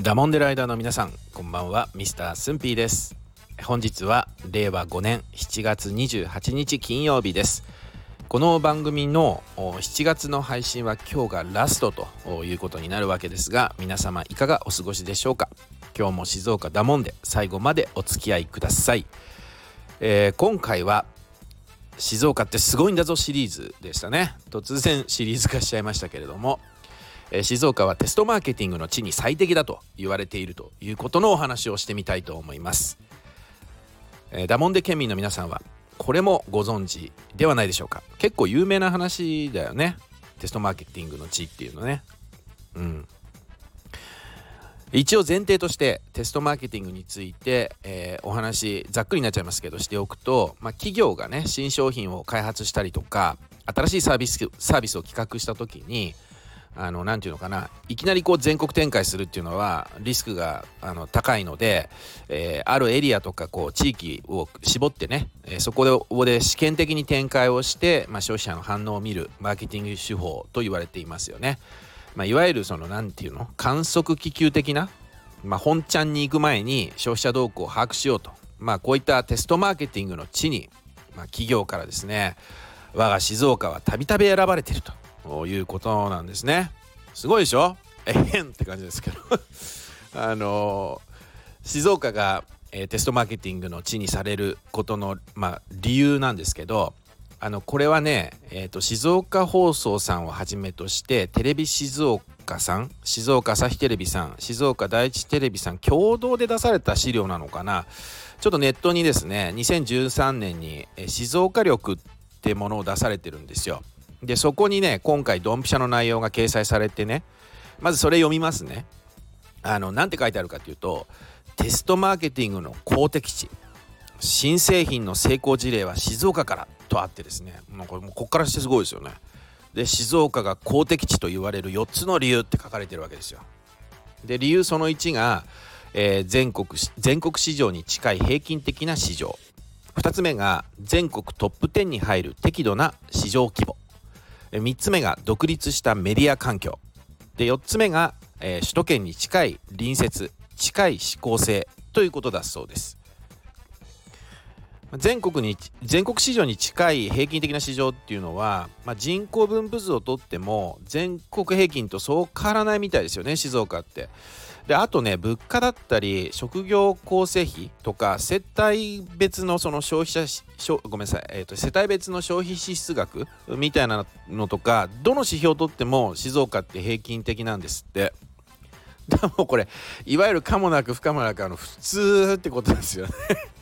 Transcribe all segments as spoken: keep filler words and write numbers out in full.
ダモンデライダーの皆さん、こんばんは。ミスタースンピーです。本日はれいわごねんしちがつにじゅうはちにち金曜日です。この番組のしちがつの配信は今日がラストということになるわけですが、皆様いかがお過ごしでしょうか。今日も静岡ダモンデ最後までお付き合いください。えー、今回は静岡ってすごいんだぞシリーズでしたね。突然シリーズ化しちゃいましたけれども、静岡はテストマーケティングの地に最適だと言われているということのお話をしてみたいと思います。ダモンデ県民の皆さんはこれもご存知ではないでしょうか。結構有名な話だよね、テストマーケティングの地っていうのね。うん一応前提としてテストマーケティングについて、えー、お話ざっくりになっちゃいますけどしておくと、まあ、企業がね新商品を開発したりとか新しいサービスサービスを企画した時にあのなんていうのかないきなりこう全国展開するっていうのはリスクがあの高いので、えー、あるエリアとかこう地域を絞ってね、えー、そこで, で試験的に展開をして、まあ、消費者の反応を見るマーケティング手法と言われていますよね。まあ、いわゆるそのなんていうの観測気球的な、まあ、本ちゃんに行く前に消費者動向を把握しようと、まあ、こういったテストマーケティングの地に、まあ、企業からですね我が静岡はたびたび選ばれているとということなんですね。すごいでしょ。えへんって感じですけどあのー、静岡が、えー、テストマーケティングの地にされることの、まあ、理由なんですけど、あのこれはね、えーと、静岡放送さんをはじめとしてテレビ静岡さん、静岡朝日テレビさん、静岡第一テレビさん共同で出された資料なのかな。ちょっとネットにですねにせんじゅうさんねんに、えー、静岡力ってものを出されてるんですよ。でそこにね今回ドンピシャの内容が掲載されてね、まずそれ読みますね。あのなんて書いてあるかというと、テストマーケティングの公的地、新製品の成功事例は静岡からとあってですね、もうこれもうこっからしてすごいですよね。で静岡が公的地と言われるよっつの理由って書かれてるわけですよ。で理由そのいちが、えー、全国全国市場に近い平均的な市場、ふたつめが全国トップじゅうに入る適度な市場規模、みっつめが独立したメディア環境で、よっつめが、えー、首都圏に近い隣接近い指向性ということだそうです。全国に全国市場に近い平均的な市場っていうのは、まあ、人口分布図をとっても全国平均とそう変わらないみたいですよね、静岡って。であとね物価だったり職業構成費とか世帯別のその消費者ごめんなさい、えーと、世帯別の消費支出額みたいなのとかどの指標をとっても静岡って平均的なんですって。だもうこれいわゆる可もなく不可もなくあの普通ってことですよね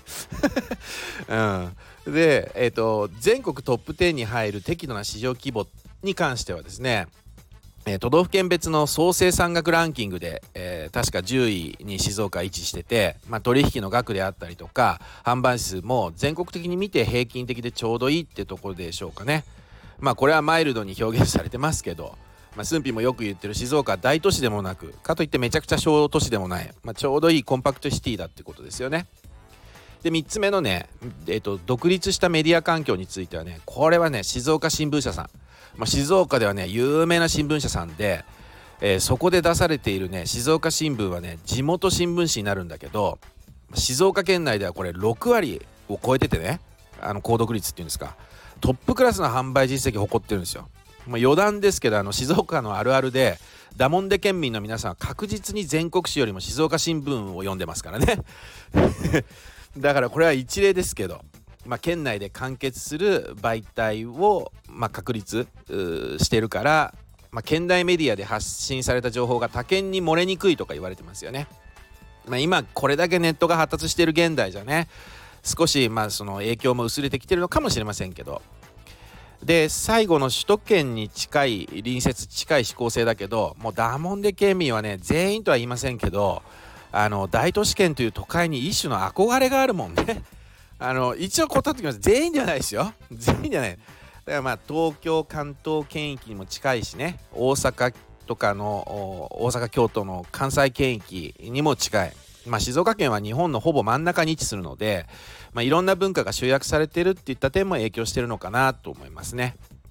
うん、で、えーと、全国トップじゅうに入る適度な市場規模に関してはですね、えー、都道府県別の総生産額ランキングで、えー、確かじゅういに静岡位置してて、まあ、取引の額であったりとか販売数も全国的に見て平均的でちょうどいいってところでしょうかね。まあこれはマイルドに表現されてますけど、まあ、スンピもよく言ってる静岡は大都市でもなくかといってめちゃくちゃ小都市でもない、まあ、ちょうどいいコンパクトシティだってことですよね。でみっつめのね、えーと、独立したメディア環境についてはね、これはね静岡新聞社さん、まあ、静岡ではね有名な新聞社さんで、えー、そこで出されているね静岡新聞はね地元新聞紙になるんだけど、静岡県内ではこれろくわりを超えててね、あの購読率っていうんですか、トップクラスの販売実績を誇ってるんですよ。まあ、余談ですけどあの静岡のあるあるでダモンデ県民の皆さんは確実に全国紙よりも静岡新聞を読んでますからねだからこれは一例ですけど、まあ、県内で完結する媒体を、まあ、確立してるから、まあ、県内メディアで発信された情報が他県に漏れにくいとか言われてますよね。まあ、今これだけネットが発達している現代じゃね少しまあその影響も薄れてきてるのかもしれませんけど、で最後の首都圏に近い隣接近い指向性だけど、もうダモンデ県民はね全員とは言いませんけどあの大都市圏という都会に一種の憧れがあるもんねあの一応断ってきます。全員ではないですよ、全員じゃない。だからまあ東京関東圏域にも近いしね、大阪とかの大阪京都の関西圏域にも近い、まあ、静岡県は日本のほぼ真ん中に位置するので、まあ、いろんな文化が集約されているっていった点も影響しているのかなと思いますね。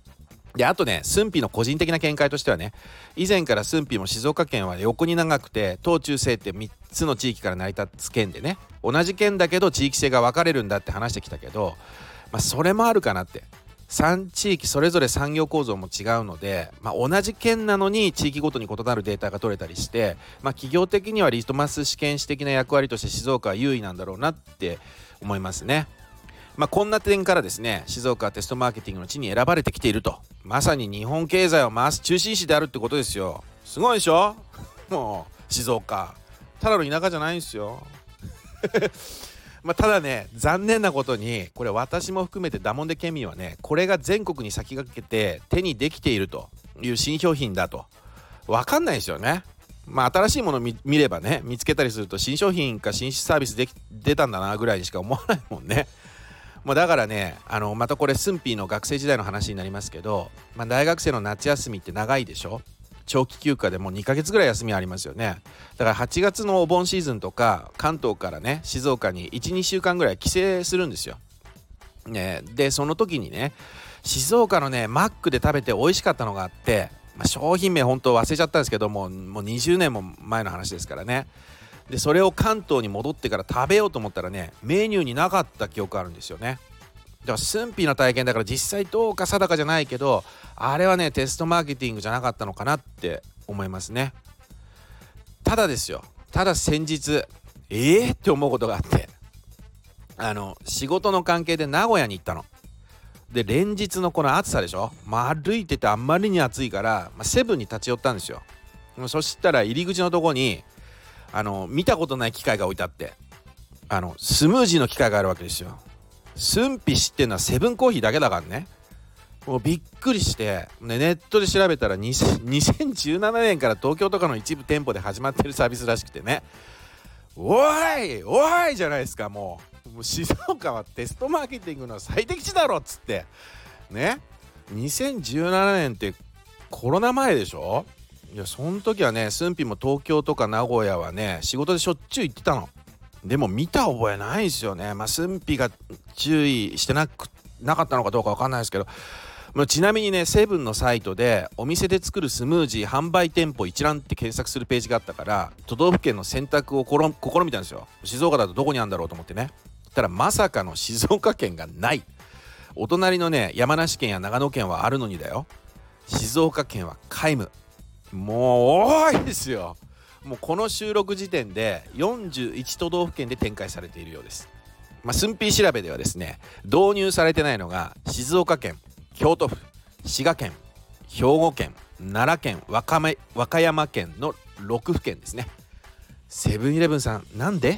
であとね、駿府の個人的な見解としてはね、以前から駿府も静岡県は横に長くて東中西ってみっつの地域から成り立つ県でね、同じ県だけど地域性が分かれるんだって話してきたけど、まあ、それもあるかなって。さん地域それぞれ産業構造も違うので、まあ、同じ県なのに地域ごとに異なるデータが取れたりして、まあ、企業的にはリトマス試験紙的な役割として静岡は優位なんだろうなって思いますね。まあ、こんな点からですね、静岡はテストマーケティングの地に選ばれてきていると。まさに日本経済を回す中心地であるってことですよ。すごいでしょ。もう静岡ただの田舎じゃないんですよまあただね、残念なことにこれ私も含めてダモンデ県民はね、これが全国に先駆けて手にできているという新商品だと分かんないですよね。まあ新しいものを 見, 見ればね、見つけたりすると新商品か新サービスでき出たんだなぐらいにしか思わないもんね。もうだからね、あのまたこれ駿府の学生時代の話になりますけど、まあ、大学生の夏休みって長いでしょ。長期休暇でもうにかげつぐらい休みありますよね。だからはちがつのお盆シーズンとか関東からね静岡に いちにしゅうかんぐらい帰省するんですよ、ね、でその時にね、静岡のねマックで食べて美味しかったのがあって、まあ、商品名本当忘れちゃったんですけども、もうにじゅうねんも前の話ですからね。でそれを関東に戻ってから食べようと思ったらね、メニューになかった記憶あるんですよね。だから駿府の体験だから実際どうか定かじゃないけど、あれはねテストマーケティングじゃなかったのかなって思いますね。ただですよ、ただ先日えーって思うことがあって、あの仕事の関係で名古屋に行ったの。で連日のこの暑さでしょ、まあ、歩いててあんまりに暑いから、まあ、セブンに立ち寄ったんですよ。そしたら入り口のとこにあの見たことない機械が置いてあって、あのスムージーの機械があるわけですよ。駿府知ってんのはセブンコーヒーだけだからね。もうびっくりして、ね、ネットで調べたらにせんじゅうななねんから東京とかの一部店舗で始まってるサービスらしくてね、おいおいじゃないですか。もう、もう静岡はテストマーケティングの最適地だろっつってね。にせんじゅうななねんってコロナ前でしょ。いやその時はね、駿府も東京とか名古屋はね仕事でしょっちゅう行ってたの。でも見た覚えないですよね。まあ駿府が注意してなくなかったのかどうか分かんないですけど、まあ、ちなみにねセブンのサイトでお店で作るスムージー販売店舗一覧って検索するページがあったから、都道府県の選択を試みたんですよ。静岡だとどこにあるんだろうと思ってね。たらまさかの静岡県がない。お隣のね山梨県や長野県はあるのにだよ、静岡県は皆無。もう多いですよ。もうこの収録時点でよんじゅういち都道府県で展開されているようです。まあ、駿府調べではですね、導入されてないのが静岡県、京都府、滋賀県、兵庫県、奈良県、和歌山県のろくふけんですね。セブンイレブンさんなんで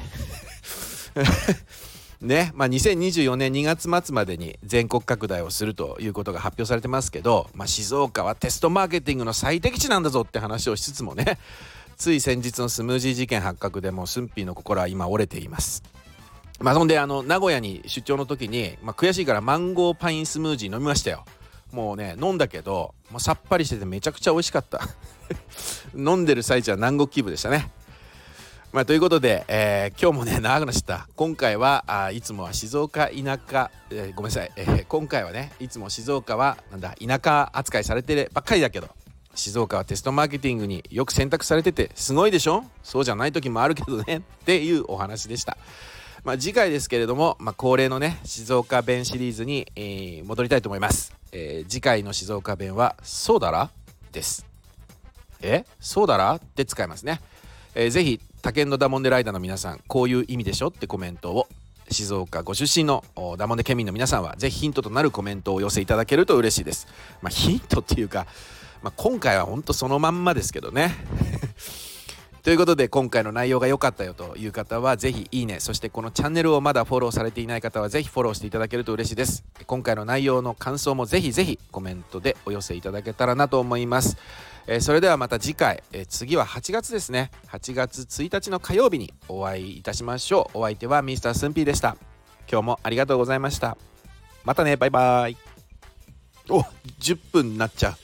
ね、まあ、にせんにじゅうよねんにがつまつまでに全国拡大をするということが発表されてますけど、まあ、静岡はテストマーケティングの最適地なんだぞって話をしつつもね、つい先日のスムージー事件発覚でもう駿府の心は今折れています。まあ、そんであの名古屋に出張の時に、まあ、悔しいからマンゴーパインスムージー飲みましたよ。もうね飲んだけど、もうさっぱりしててめちゃくちゃ美味しかった飲んでる最中は南国気分でしたね。まあ、ということで、えー、今日もね長くなっちゃった。今回はあいつもは静岡田舎、えー、ごめんなさい、えー、今回はねいつも静岡はなんだ田舎扱いされてばっかりだけど、静岡はテストマーケティングによく選択されててすごいでしょ。そうじゃない時もあるけどねっていうお話でした。まあ、次回ですけれども、まあ、恒例のね静岡弁シリーズに、えー、戻りたいと思います。えー、次回の静岡弁はそうだらです。えそうだらって使いますね。えー、ぜひ他県のダモンデライダーの皆さん、こういう意味でしょってコメントを、静岡ご出身のダモンデ県民の皆さんはぜひヒントとなるコメントをお寄せいただけると嬉しいです。まあ、ヒントっていうか、まあ、今回はほんとそのまんまですけどねということで、今回の内容が良かったよという方はぜひいいね、そしてこのチャンネルをまだフォローされていない方はぜひフォローしていただけると嬉しいです。今回の内容の感想もぜひぜひコメントでお寄せいただけたらなと思います。えー、それではまた次回、えー、次ははちがつですね。はちがつついたちの火曜日にお会いいたしましょう。お相手はミスタースンピーでした。今日もありがとうございました。またね、バイバイ。お、じゅっぷんになっちゃう。